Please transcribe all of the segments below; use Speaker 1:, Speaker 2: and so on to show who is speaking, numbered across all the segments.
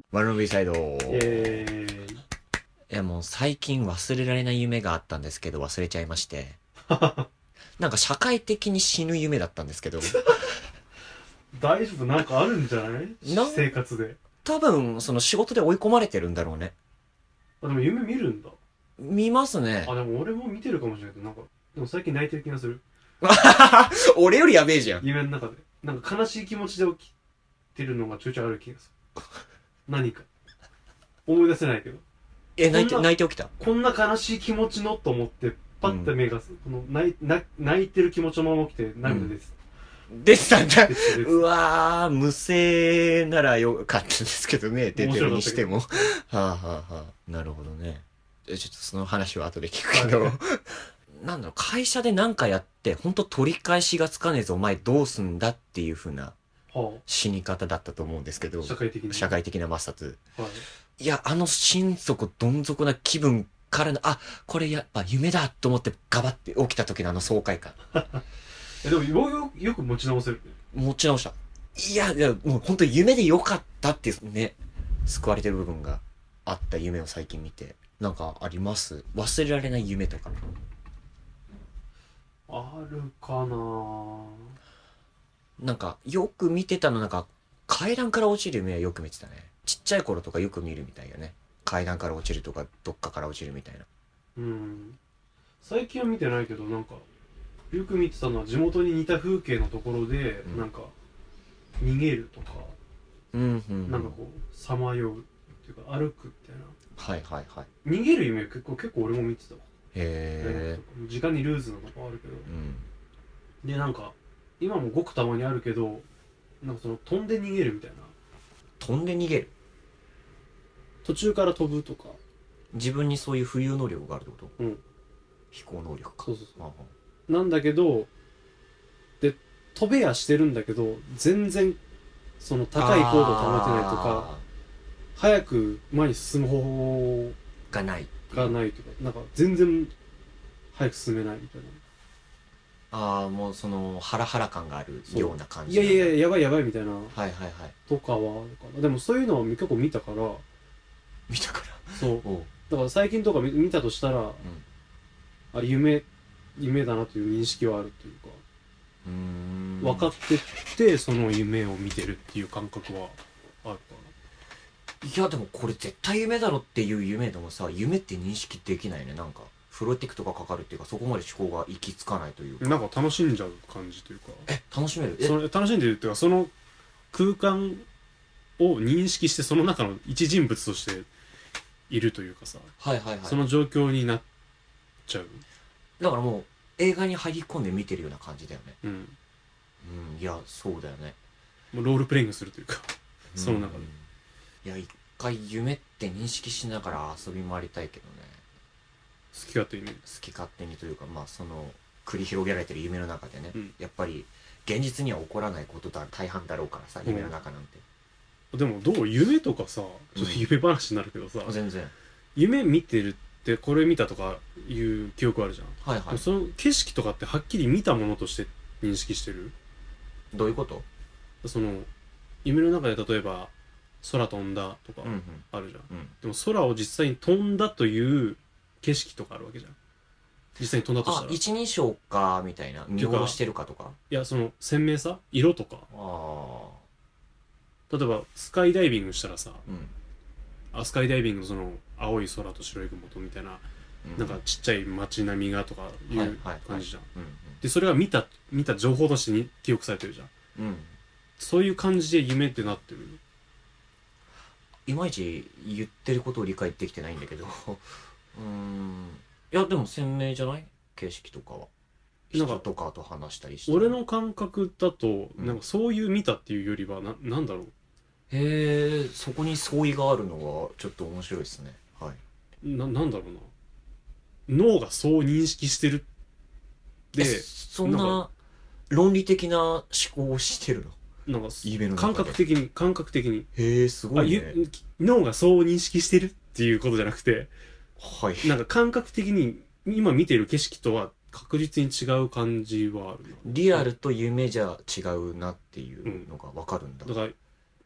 Speaker 1: マルビーサイド。
Speaker 2: ーイ。
Speaker 1: いやもう最近忘れられない夢があったんですけど忘れちゃいまして。なんか社会的に死ぬ夢だったんですけど。
Speaker 2: 大丈夫？なんかあるんじゃない？
Speaker 1: な
Speaker 2: 生活で。
Speaker 1: 多分その仕事で追い込まれてるんだろうね。
Speaker 2: あ、でも夢見るんだ。
Speaker 1: 見ますね。
Speaker 2: あ、でも俺も見てるかもしれないけど、なんか、でも最近泣いてる気がする。
Speaker 1: 俺よりやべえじゃん。
Speaker 2: 夢の中で。なんか悲しい気持ちで起きてるのがちょいちょいある気がする。何か。思い出せないけど。
Speaker 1: 泣いて起きた。
Speaker 2: こんな悲しい気持ちのと思って、パッて目が、この泣いてる気持ちのまま起きて涙です。
Speaker 1: 出てたんだ。
Speaker 2: です
Speaker 1: うわー、無声ならよかったんですけどね、出てるにしても。はあはあはあ。なるほどね。ちょっとその話は後で聞くけど。なんだろう、会社で何かやって、ほんと取り返しがつかねえぞ、お前どうすんだっていう風な死に方だったと思うんですけど。
Speaker 2: 社会的
Speaker 1: な抹殺。
Speaker 2: はい。
Speaker 1: いや、心底どん底な気分からの、あ、これやっぱ夢だと思ってガバって起きた時の爽快感。
Speaker 2: でもよく持ち直せる。
Speaker 1: 持ち直した。いや、もう本当に夢で良かったってね、救われてる部分があった夢を最近見て、なんかあります？忘れられない夢とか。
Speaker 2: あるかな。
Speaker 1: なんか、よく見てたの、なんか、階段から落ちる夢はよく見てたね。ちっちゃい頃とかよく見るみたいよね。階段から落ちるとか、どっかから落ちるみたいな。
Speaker 2: うん。最近は見てないけど、なんか、よく見てたのは地元に似た風景のところで、
Speaker 1: うん
Speaker 2: なんか、逃げるとか、なんかこう、さまようっていうか、歩くみたいな。
Speaker 1: はいはいはい。
Speaker 2: 逃げる夢結構俺も見てたわ。
Speaker 1: へ
Speaker 2: 時間にルーズなとこあるけど。
Speaker 1: うん。
Speaker 2: で、なんか、今もごくたまにあるけど、なんかその、飛んで逃げるみたいな。
Speaker 1: 飛んで逃げる。
Speaker 2: 途中から飛ぶとか。
Speaker 1: 自分にそういう浮遊能力があるってこと？
Speaker 2: うん。
Speaker 1: 飛行能力か。
Speaker 2: そうそうそう。
Speaker 1: ああ
Speaker 2: なんだけど、で、飛べやしてるんだけど、全然、その高い高度を保てないとか、早く前に進む方法
Speaker 1: がない。
Speaker 2: がないとか、なんか全然早く進めないみたいな。
Speaker 1: ああ、もうその、ハラハラ感があるような感じ。
Speaker 2: いや、やばいやばいみたいな。
Speaker 1: はいはいはい。
Speaker 2: とかはあるかな。でもそういうのは結構見たから、
Speaker 1: 見たから。
Speaker 2: そう。だから最近とか見たとしたら、あれ夢だなという認識はあるというか、分かっててその夢を見てるっていう感覚はあるか
Speaker 1: な。いやでもこれ絶対夢だろっていう夢でもさ、夢って認識できないね。なんかフロティクとかかかるっていうか、そこまで思考が行き着かないというか。
Speaker 2: なんか楽しんじゃう感じというか。
Speaker 1: 楽しめる？
Speaker 2: それ楽しんでるっていうか、その空間を認識してその中の一人物としているというかさ、
Speaker 1: はいはいはい。
Speaker 2: その状況になっちゃう。
Speaker 1: だからもう映画に入り込んで見てるような感じだよね。
Speaker 2: うん。
Speaker 1: いやそうだよね。
Speaker 2: もうロールプレイングするというか、その中で。
Speaker 1: いや一回夢って認識しながら遊び回りたいけどね。
Speaker 2: 好き勝手にね。
Speaker 1: 好き勝手にというか、まあその繰り広げられてる夢の中でね、やっぱり現実には起こらないことだ大半だろうからさ、夢の中なんて。
Speaker 2: でもどう夢とかさ、ちょっと夢話になるけどさ、
Speaker 1: 全然
Speaker 2: 夢見てるってこれ見たとかいう記憶あるじゃん。
Speaker 1: はいはい。
Speaker 2: その景色とかってはっきり見たものとして認識してる？
Speaker 1: どういうこと？
Speaker 2: その夢の中で例えば空飛んだとかあるじゃん、でも空を実際に飛んだという景色とかあるわけじゃん。実際に飛んだとしたら
Speaker 1: 一人称かみたいな、見下ろしてるかとか。
Speaker 2: いや、その鮮明さ、色とか。例えばスカイダイビングしたらさ、スカイダイビングのその青い空と白い雲とみたいな、なんかちっちゃい街並みがとかいう感じじゃん。でそれが見た情報としてに記憶されてるじゃん。そういう感じで夢ってなってる？
Speaker 1: いまいち言ってることを理解できてないんだけどいやでも鮮明じゃない？景色とかは人とかと話したりして。
Speaker 2: 俺の感覚だと、なんかそういう見たっていうよりはなんだろう。
Speaker 1: へえ、そこに相違があるのはちょっと面白いですね。はい。
Speaker 2: なんだろうな。脳がそう認識してるで、
Speaker 1: そんな論理的な思考をしてるの？
Speaker 2: なんか感覚的に。
Speaker 1: へえ、すごいね。
Speaker 2: 脳がそう認識してるっていうことじゃなくて、
Speaker 1: はい。
Speaker 2: なんか感覚的に今見てる景色とは確実に違う感じはあるな。
Speaker 1: リアルと夢じゃ違うなっていうのが分かるんだ。
Speaker 2: だから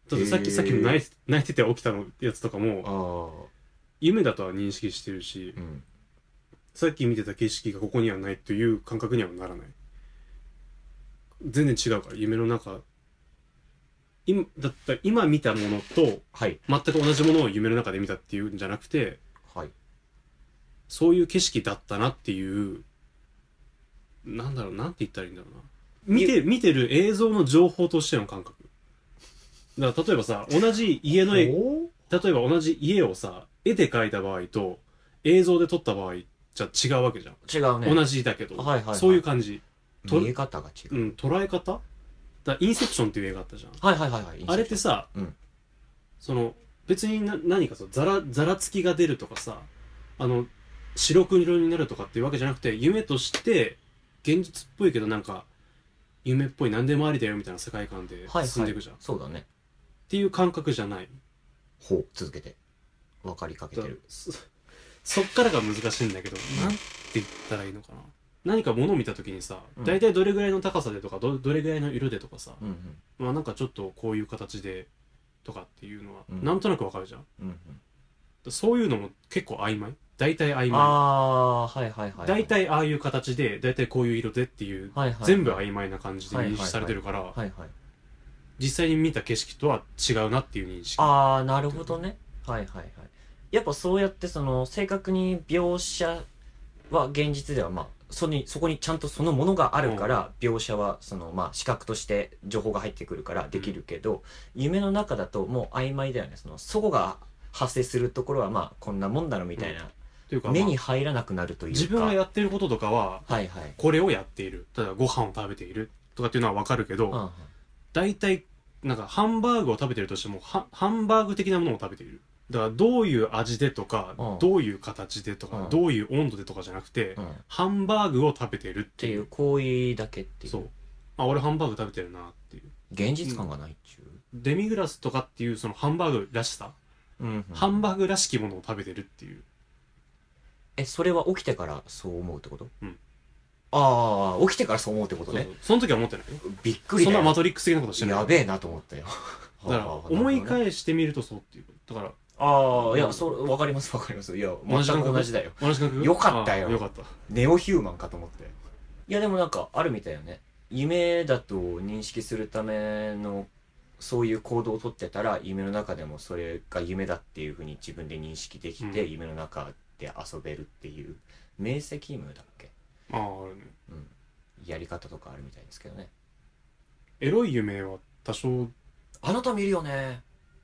Speaker 2: だってさっきの泣いてて起きたのやつとかも夢だとは認識してるし、さっき見てた景色がここにはないという感覚にはならない。全然違うから、夢の中だったら今見たものと全く同じものを夢の中で見たっていうんじゃなくて、そういう景色だったなっていう、なんだろう、なんて言ったらいいんだろうな、見てる映像の情報としての感覚だから。例えばさ、同じ家の例えば同じ家をさ、絵で描いた場合と映像で撮った場合じゃ違うわけじゃん。
Speaker 1: 違うね。
Speaker 2: 同じだけど、そういう感じ。
Speaker 1: 見え方が違う。
Speaker 2: 捉え方だ。インセプションっていう映画あったじゃん。あれってさ、その別に何かさ、ざらつきが出るとかさ、白黒になるとかっていうわけじゃなくて、夢として現実っぽいけどなんか夢っぽい何でもありだよみたいな世界観で進んでいくじゃん。
Speaker 1: そうだね。
Speaker 2: っていう感覚じゃない。
Speaker 1: 続けて分かりかけてる。
Speaker 2: そっからが難しいんだけど、なんて言ったらいいのかな。何か物を見た時にさ、大体どれぐらいの高さでとか、どれぐらいの色でとかさ、まあなんかちょっとこういう形でとかっていうのは、なんとなくわかるじゃん。そういうのも結構曖昧。大体曖昧。大体ああいう形で、大体こういう色でっていう、全部曖昧な感じで認識されてるから、実際に見た景色とは違うなっていう認識。
Speaker 1: なるほどね。やっぱそうやってその正確に描写は現実ではそこにちゃんとそのものがあるから描写はその視覚として情報が入ってくるからできるけど、夢の中だともう曖昧だよね。そこが発生するところはこんなもんだろみたいな、目に入らなくなるというか、
Speaker 2: 自分がやってることとかはこれをやっている、例えばご飯を食べているとかっていうのは分かるけど、大体なんかハンバーグを食べてるとしてもハンバーグ的なものを食べている。だからどういう味でとか、どういう形でとか、どういう温度でとかじゃなくて、ハンバーグを食べてるっていう
Speaker 1: 行為だけっていう。
Speaker 2: そう。俺ハンバーグ食べてるなっていう。
Speaker 1: 現実感がないっちゅう。
Speaker 2: デミグラスとかっていうそのハンバーグらしさ、ハンバーグらしきものを食べてるっていう。
Speaker 1: それは起きてからそう思うってこと？起きてからそう思うってことね。
Speaker 2: その時は思ってないよ。
Speaker 1: びっくりだよ。
Speaker 2: そんなマトリックス的なことしてない。
Speaker 1: やべえなと思ったよ。
Speaker 2: だから思い返してみるとそうっていう。だから
Speaker 1: いや、わかります。いや、全く同じだよ。
Speaker 2: 同じ感覚？
Speaker 1: よかったよ。
Speaker 2: よかった。
Speaker 1: ネオヒューマンかと思って。いや、でもなんか、あるみたいよね。夢だと認識するための、そういう行動をとってたら、夢の中でもそれが夢だっていうふうに自分で認識できて、夢の中で遊べるっていう、明晰夢だっけ？
Speaker 2: あるね。
Speaker 1: やり方とかあるみたいですけどね。
Speaker 2: エロい夢は多少、
Speaker 1: あなた見るよね。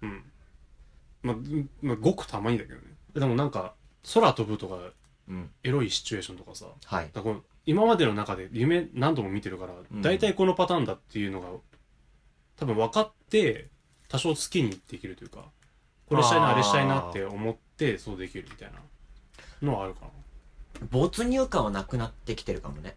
Speaker 2: ごくたまにだけどね。でもなんか空飛ぶとか、エロいシチュエーションとかさ、だから今までの中で夢何度も見てるから、大体このパターンだっていうのが多分分かって多少好きにできるというか、これしたいなあれしたいなって思ってそうできるみたいなのはあるかな。
Speaker 1: 没入感はなくなってきてるかもね。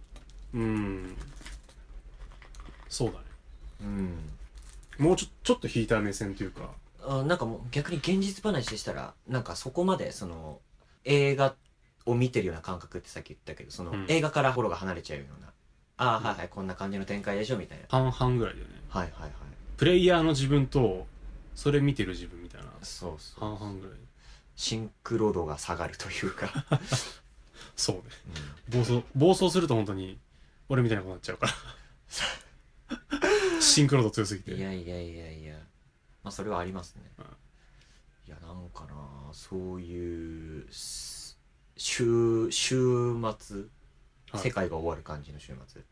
Speaker 2: そうだね。もうちょっと引いた目線というか、
Speaker 1: なんかもう逆に現実話でしたら、なんかそこまでその映画を見てるような感覚ってさっき言ったけど、その映画から心が離れちゃうような、こんな感じの展開でしょみたいな。
Speaker 2: 半々ぐらいだよね。プレイヤーの自分とそれ見てる自分みたいな。半々ぐらい。
Speaker 1: シンクロ度が下がるというか。
Speaker 2: そうね。暴走すると本当に俺みたいなことになっちゃうから。シンクロ度強すぎて。
Speaker 1: いや。それはありますね。いや、なんかな、そういう週末、世界が終わる感じの週末、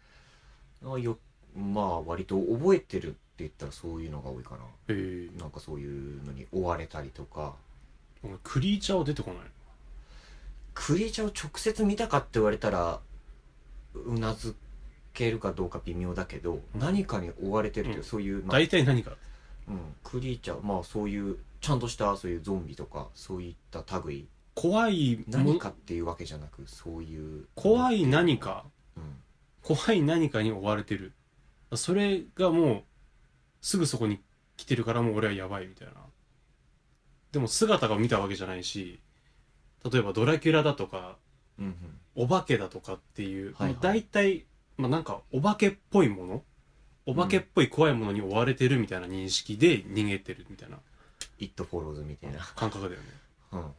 Speaker 1: 割と覚えてるって言ったらそういうのが多いかな。なんかそういうのに追われたりとか。
Speaker 2: クリーチャーは出てこない。
Speaker 1: クリーチャーを直接見たかって言われたらうなずけるかどうか微妙だけど、何かに追われてるという、そういう
Speaker 2: 大体何か、
Speaker 1: クリーチャー、そういうちゃんとしたそういうゾンビとかそういった類、
Speaker 2: 怖い
Speaker 1: 何かっていうわけじゃなく、そういう
Speaker 2: 怖い何か、怖い何かに追われてる。それがもうすぐそこに来てるから、もう俺はやばいみたいな。でも姿が見たわけじゃないし、例えばドラキュラだとか、お化けだとかっていう、大体なんかお化けっぽいものお化けっぽい怖いものに追われてるみたいな認識で逃げてるみたいな
Speaker 1: It follows みたいな
Speaker 2: 感覚だよね。
Speaker 1: うんうん。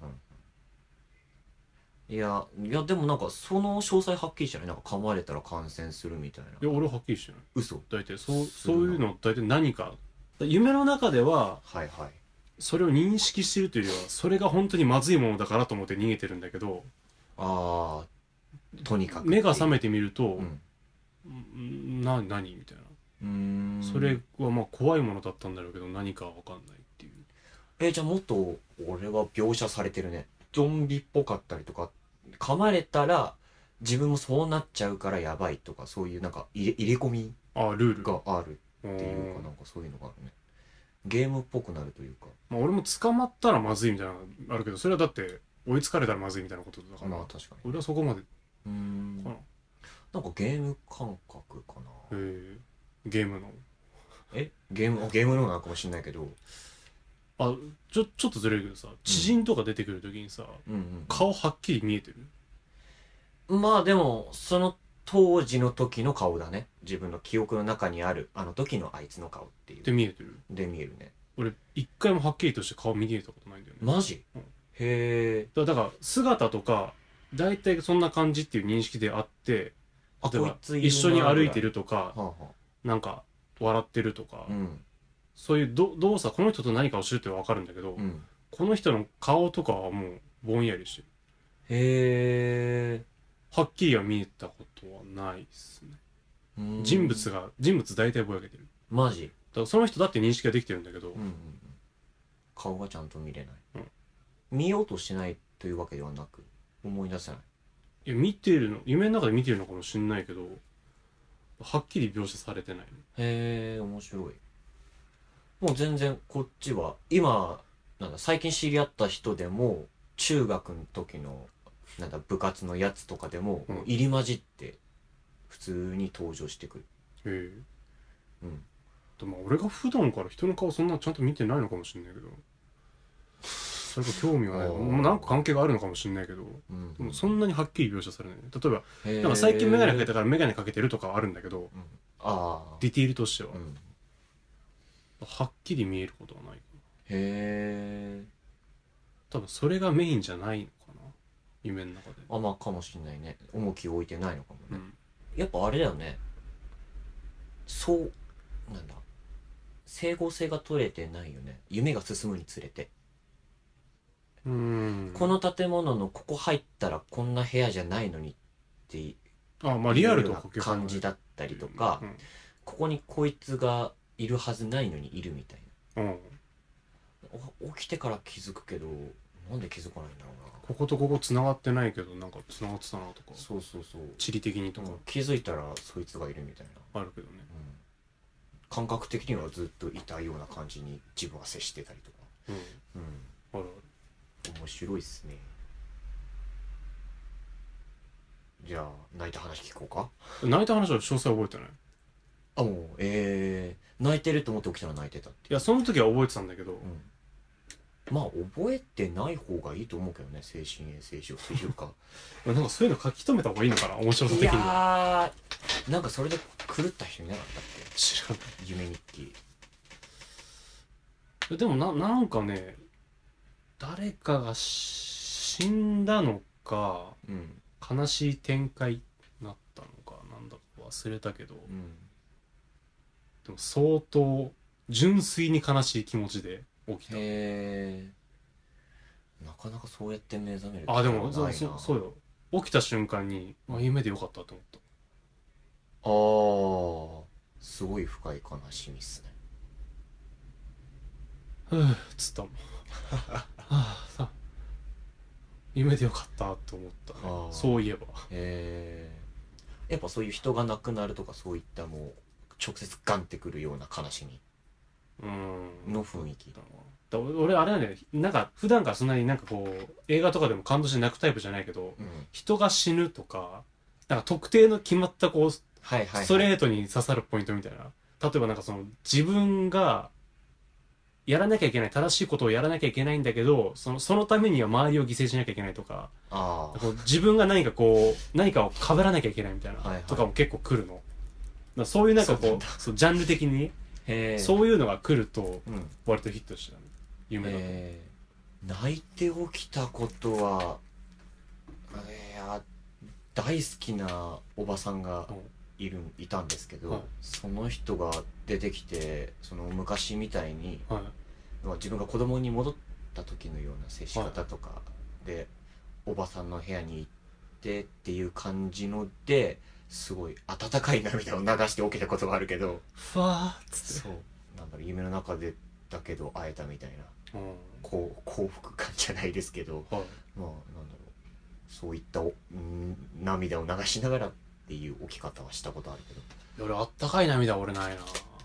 Speaker 1: いやでもなんかその詳細はっきりしてない。なんか噛まれたら感染するみたいな。
Speaker 2: いや俺ははっきりしてない。
Speaker 1: 嘘。
Speaker 2: 大体そういうの大体何か夢の中では
Speaker 1: はいはい。
Speaker 2: それを認識してるというよりはそれが本当にまずいものだからと思って逃げてるんだけど、
Speaker 1: ああとにかく
Speaker 2: 目が覚めてみると、
Speaker 1: うん、
Speaker 2: 何みたいな。それはまあ怖いものだったんだろうけど何かわかんないっていう。
Speaker 1: じゃあもっと俺は描写されてるね。ゾンビっぽかったりとか、噛まれたら自分もそうなっちゃうからやばいとか、そういうなんか入れ込み
Speaker 2: ルール
Speaker 1: があるっていうか、なんかそういうのがあるね。ゲームっぽくなるというか。
Speaker 2: まあ俺も捕まったらまずいみたいなのあるけど、それはだって追いつかれたらまずいみたいなことだから。
Speaker 1: まあ確かに。
Speaker 2: 俺はそこまでか
Speaker 1: な。なんかゲーム感覚かな。
Speaker 2: ゲームの
Speaker 1: ゲームのなのかもしれないけど、
Speaker 2: ちょっとずれるけどさ、知人とか出てくるときにさ、顔はっきり見えてる？
Speaker 1: まあでもその当時の時の顔だね。自分の記憶の中にあるあの時のあいつの顔っていう。
Speaker 2: で見えてる？
Speaker 1: で見えるね。
Speaker 2: 俺一回もはっきりとして顔見えたことないんだよね。
Speaker 1: マジ？へえ。
Speaker 2: だから姿とか大体そんな感じっていう認識であって、例えば一緒に歩いてるとか、なんか笑ってるとか、そういう動作、この人と何かをしてるって分かるんだけど、この人の顔とかはもうぼんやりしてる。へえ。はっきりは見えたことはないっすね。人物大体ぼやけてる。
Speaker 1: マジ？
Speaker 2: だからその人だって認識ができてるんだけど、
Speaker 1: 顔がちゃんと見れない、見ようとしてないというわけではなく思い出せない。
Speaker 2: いや見てるの、夢の中で見てるのかもしんないけど、はっきり描写されてない。
Speaker 1: へえ、面白い。もう全然こっちは今最近知り合った人でも中学の時の部活のやつとかでも、入り混じって普通に登場してくる。へえ。
Speaker 2: でも俺が普段から人の顔そんなちゃんと見てないのかもしれないけど、それか興味はない。もうなんか関係があるのかもしれないけど、でもそんなにはっきり描写されない。例えばなんか最近メガネかけたからメガネかけてるとかはあるんだけど、ディティールとしては、はっきり見えることはないかな。へえ。多分それがメインじゃないのかな、夢の中で。
Speaker 1: まあかもしんないね。重きを置いてないのかもね。やっぱあれだよね。そう整合性が取れてないよね。夢が進むにつれて。この建物のここ入ったらこんな部屋じゃないのにっていう
Speaker 2: リアルと
Speaker 1: 感じだったりとか、ここにこいつがいるはずないのにいるみたいな。起きてから気づくけど、なんで気づかないんだろうな。
Speaker 2: こことここ繋がってないけどなんか繋がってたなとか。
Speaker 1: そうそうそう。
Speaker 2: 地理的にとか、
Speaker 1: 気づいたらそいつがいるみたいな。
Speaker 2: あるけどね。
Speaker 1: 感覚的にはずっといたような感じに自分は接してたりとか。あるある。面白いっすね。じゃあ泣いた話聞こうか。
Speaker 2: 泣いた話は詳細覚えてない。
Speaker 1: もう泣いてると思って起きたら泣いてたって。
Speaker 2: いやその時は覚えてたんだけど、
Speaker 1: まあ覚えてない方がいいと思うけどね。精神衛生上というか
Speaker 2: なんかそういうの書き留めた方がいいのかな、面白さ的に。い
Speaker 1: やー、なんかそれで狂った人いなかったっけ。
Speaker 2: 知らない。
Speaker 1: 夢日記。
Speaker 2: でもなんかね、誰かが死んだのか、悲しい展開になったのかなんだか忘れたけど、でも相当純粋に悲しい気持ちで起きた。
Speaker 1: なかなかそうやって目覚める。
Speaker 2: でもそうよ。起きた瞬間に夢でよかったと
Speaker 1: 思った。すごい深い悲しみっすね。
Speaker 2: つったもん夢でよかったと思ったね。そういえば。
Speaker 1: やっぱそういう人が亡くなるとか、そういったもう直接ガンってくるような悲しみの雰囲気。
Speaker 2: 俺あれなんだよね。なんか普段からそんなになんかこう映画とかでも感動して泣くタイプじゃないけど、人が死ぬとか、なんか特定の決まったこうストレートに刺さるポイントみたいな。例えばなんかその自分がやらなきゃいけない、正しいことをやらなきゃいけないんだけど、そのためには周りを犠牲しなきゃいけないとか、こう自分が何かを被らなきゃいけないみたいな、とかも結構来るの。 そういうなんかこ
Speaker 1: そう
Speaker 2: うそうジャンル的にそういうのが来ると割とヒットした、ね、夢だと、
Speaker 1: 泣いて起きたことは、大好きなおばさんがいたんですけど、はい、その人が出てきてその昔みたいに、はい、自分が子供に戻った時のような接し方とかで、はい、おばさんの部屋に行ってっていう感じのですごい温かい涙を流して起きたことがあるけど、
Speaker 2: ふわーっつって、
Speaker 1: そうなんだろう、夢の中でだけど会えたみたいな、幸福感じゃないですけど、はい、まあなんだろう、そういった涙を流しながらっていう起き方はしたことあるけど、
Speaker 2: 俺あったかい涙俺ないな。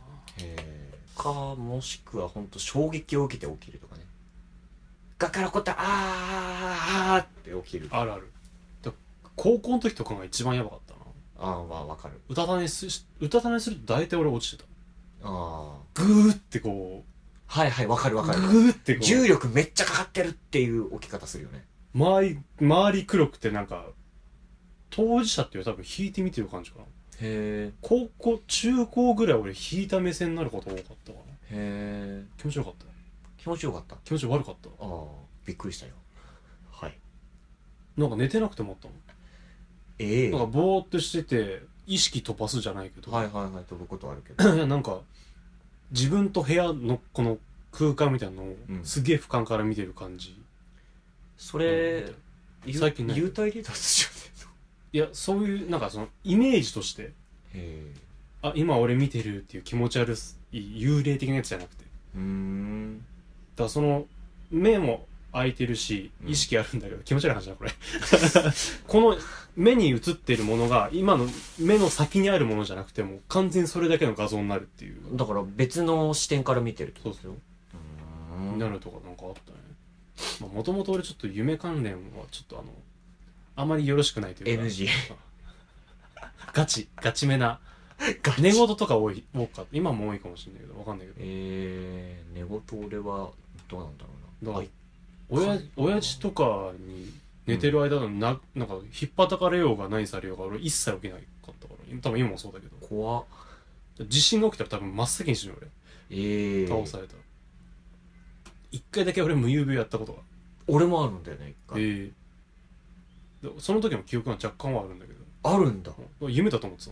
Speaker 1: もしくは本当衝撃を受けて起きるとかね、ガカラコタあーって起きる。
Speaker 2: あるある。高校の時とかが一番やばかったな。
Speaker 1: まあわかる。
Speaker 2: うたた寝すると大体俺落ちてた。グーってこう、
Speaker 1: はいはい、わかるわかる。
Speaker 2: グーってこう
Speaker 1: 重力めっちゃかかってるっていう起き方するよね。
Speaker 2: 周り黒くてなんか当事者っていう多分引いて見てる感じかな。中高ぐらい俺引いた目線になること多かったかな。気持ちよかった。
Speaker 1: 気持ちよかった。
Speaker 2: 気持ち悪かった。
Speaker 1: びっくりしたよ。はい。
Speaker 2: なんか寝てなくてもあったもん。なんかぼーっとしてて意識飛ばすじゃないけど、
Speaker 1: はいはいはい、飛ぶことあるけど
Speaker 2: いやなんか自分と部屋のこの空間みたいなのをすげえ俯瞰から見てる感じ。
Speaker 1: それ
Speaker 2: 最近
Speaker 1: 幽体離脱じゃね
Speaker 2: えの？いやそういうなんかそのイメージとして、今俺見てるっていう気持ち悪い幽霊的なやつじゃなくて、だからその目も開いてるし意識あるんだけど、気持ち悪い話だこれこの目に映ってるものが今の目の先にあるものじゃなくても完全にそれだけの画像になるっていう。
Speaker 1: だから別の視点から見てるって
Speaker 2: ことですよ。になるとかなんかあったね。もともと俺ちょっと夢関連はちょっとあまりよろしくないというか
Speaker 1: NG
Speaker 2: ガチめな寝言とか多かった。今も多いかもしれないけどわかんないけど、
Speaker 1: 寝言俺はどうなんだろうな。
Speaker 2: だから親父とかに寝てる間のなんかひっぱたかれようが何されようが俺一切起きなかったから多分今もそうだけど。
Speaker 1: 怖っ。
Speaker 2: 地震が起きたら多分真っ先に死ぬ俺。倒されたら。一回だけ俺無遊病やったことが
Speaker 1: 俺もあるんだよね一回。
Speaker 2: その時の記憶が若干はあるんだけど。
Speaker 1: あるんだ。
Speaker 2: 夢だと思ってた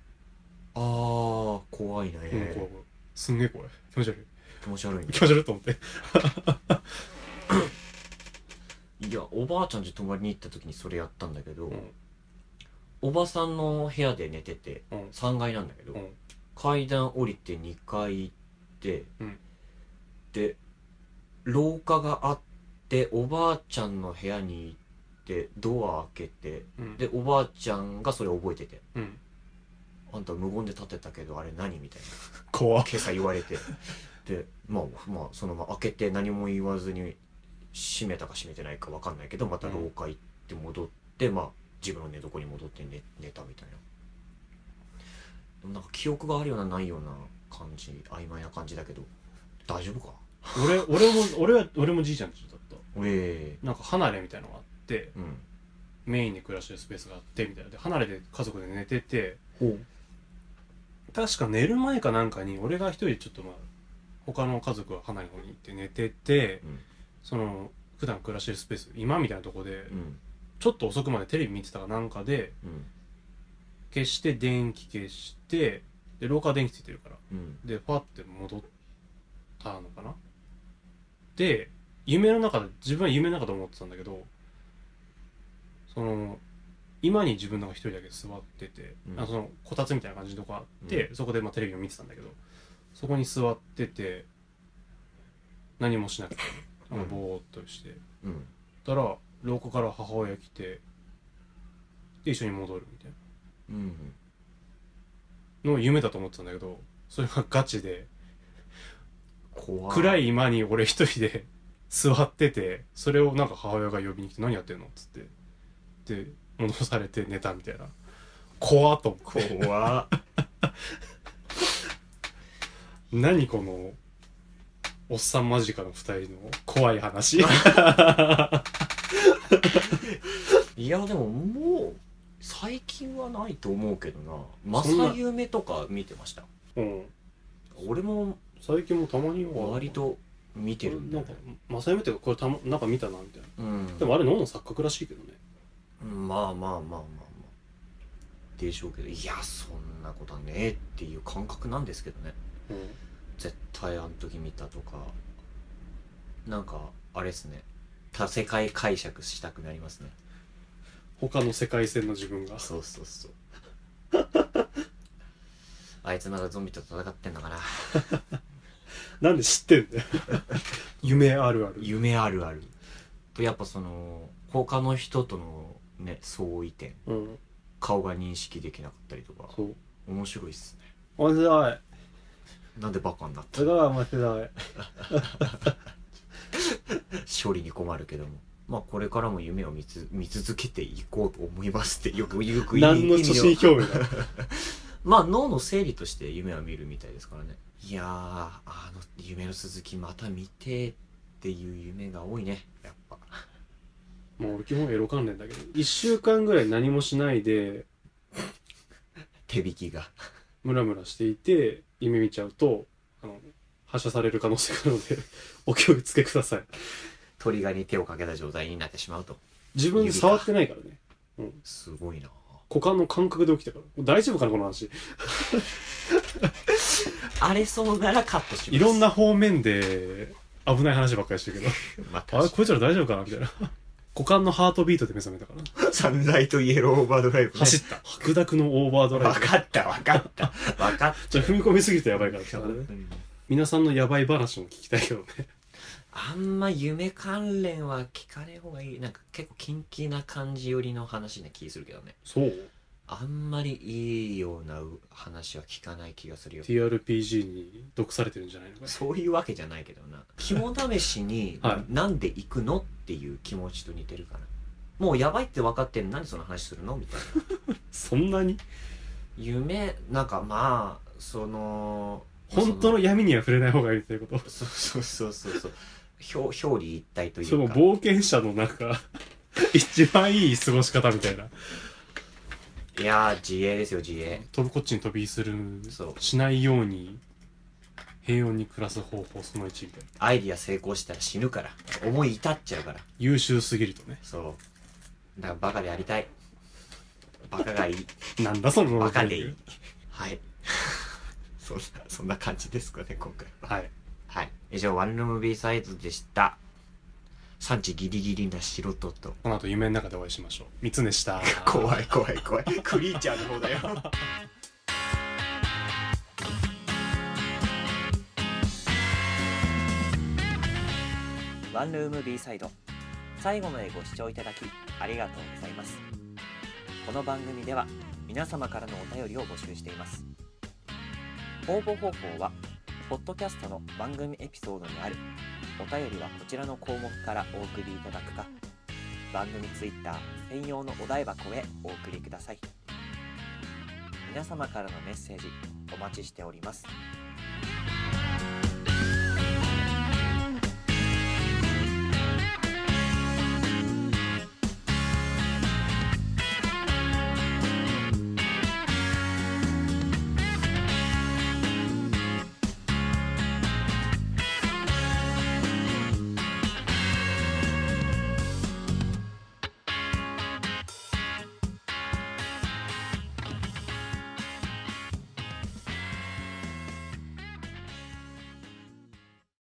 Speaker 1: の。怖いね。
Speaker 2: 怖い。すんげえ怖い。気持ち悪い。
Speaker 1: 気持ち悪いね。
Speaker 2: 気持ち悪いと思って
Speaker 1: いやおばあちゃんち泊まりに行った時にそれやったんだけど、おばさんの部屋で寝てて、3階なんだけど、階段降りて2階行って、で廊下があっておばあちゃんの部屋に行ってドア開けて、でおばあちゃんがそれ覚えてて、あんた無言で立ってたけどあれ何みたいな
Speaker 2: 怖っ。
Speaker 1: 今朝言われてでまあそのまま開けて何も言わずに閉めたか閉めてないか分かんないけどまた廊下行って戻って、自分の寝床に戻って寝たみたいな。でもなんか記憶があるようなないような感じ、曖昧な感じだけど大丈夫か。
Speaker 2: 俺もじいちゃんちだった。なんか離れみたいなのがあって、メインに暮らしてるスペースがあってみたいなで離れで家族で寝てて、確か寝る前かなんかに俺が一人でちょっと他の家族は離れの方に行って寝てて、その普段暮らしてるスペース今みたいなとこで、ちょっと遅くまでテレビ見てたかなんかで、消して電気消してで廊下は電気ついてるから、でパッて戻ったのかな。で自分は夢の中で思ってたんだけど、その今に自分のが一人だけ座ってて、そのこたつみたいな感じのとこあって、そこでテレビを見てたんだけど、そこに座ってて何もしなくて、ぼーっとして、たら廊下から母親来てで一緒に戻るみたいなのを夢だと思ってたんだけど、それがガチで暗い居間に俺一人で座ってて、それをなんか母親が呼びに来て何やってんのっつってで戻されて寝たみたいな。怖っと思って。
Speaker 1: 怖っ
Speaker 2: 何このおっさん間近の二人の怖い話
Speaker 1: いやでももう最近はないと思うけどな。正夢とか見てました。
Speaker 2: うん。
Speaker 1: 俺も
Speaker 2: 最近もたまには
Speaker 1: 割と見てるんだよ、
Speaker 2: ね。なんか正夢っていうかこれなんか見たなみたいな。
Speaker 1: うん。
Speaker 2: でもあれ脳の錯覚らしいけどね。
Speaker 1: まあでしょうけど、いやそんなことはねえっていう感覚なんですけどね。
Speaker 2: うん。
Speaker 1: 絶対あの時見たとか、なんかあれですね。多世界解釈したくなりますね。
Speaker 2: 他の世界線の自分が。
Speaker 1: そうあいつまだゾンビと戦ってんのかな。
Speaker 2: なんで知ってんだよ。夢あるある。
Speaker 1: 夢あるあると、やっぱその他の人とのね相違点、
Speaker 2: うん、
Speaker 1: 顔が認識できなかったりとか、
Speaker 2: そう
Speaker 1: 面白いっすね。
Speaker 2: 面白い。
Speaker 1: なんでバカになった
Speaker 2: それが面白い。
Speaker 1: 処理に困るけども、まあこれからも夢を見続けていこうと思いますってよく
Speaker 2: 何の初心表明だ。
Speaker 1: まあ脳の整理として夢は見るみたいですからね。いやー、あの夢の続きまた見てっていう夢が多いね、やっぱ。
Speaker 2: もう俺基本エロ関連だけど、1週間ぐらい何もしないで
Speaker 1: 手引きが
Speaker 2: ムラムラしていて夢見ちゃうと発射される可能性があるのでお気をつけください。
Speaker 1: トリガーに手をかけた状態になってしまうと。
Speaker 2: 自分で触ってないからね。うん、
Speaker 1: すごいな。
Speaker 2: 股間の感覚で起きたから。大丈夫かなこの話。
Speaker 1: あれそうならカットします。
Speaker 2: いろんな方面で危ない話ばっかりしてるけどまあれこいつら大丈夫かなみたいな。股間のハートビートで目覚めたから
Speaker 1: サンライトイエローオーバードライブ、ね、
Speaker 2: 走った。白濁のオーバードライブ。
Speaker 1: 分かった
Speaker 2: ちょっと踏み込みすぎるとやばいから、ね、皆さんのヤバい話も聞きたいけどね。
Speaker 1: あんま夢関連は聞かねえ方がいい。なんか結構キンキな感じ寄りの話な気するけどね。
Speaker 2: そう
Speaker 1: あんまりいいような話は聞かない気がするよ。
Speaker 2: TRPG に毒されてるんじゃないのか。
Speaker 1: そういうわけじゃないけどな。肝試しになんで行くのっていう気持ちと似てるかな。もうやばいって分かってんのに何その話するのみたいな。
Speaker 2: そんなに
Speaker 1: 夢なんかまあその
Speaker 2: 本当の闇には触れない方がいいということ。
Speaker 1: そう表裏一体というか、
Speaker 2: その冒険者のなんか一番いい過ごし方みたいな。
Speaker 1: いやー自衛ですよ、自衛。
Speaker 2: こっちに飛びするしないように平穏に暮らす方法その1みたいな。
Speaker 1: アイディア成功したら死ぬから、思い至っちゃうから。
Speaker 2: 優秀すぎるとね。
Speaker 1: そうだからバカでやりたい。バカがいい。
Speaker 2: なんだその
Speaker 1: バカでいい。はいそんな感じですかね今回は。はい、以上ワンルーム B サイズでした。産地ギリギリな素人と
Speaker 2: この後夢の中でお会いしましょう。三つねした。
Speaker 1: 怖いクリーチャーの方だよ。ワンルーム B サイド、最後までご視聴いただきありがとうございます。この番組では皆様からのお便りを募集しています。応募方法はポッドキャストの番組エピソードにあるお便りはこちらの項目からお送りいただくか、番組ツイッター専用のお題箱へお送りください。皆様からのメッセージお待ちしております。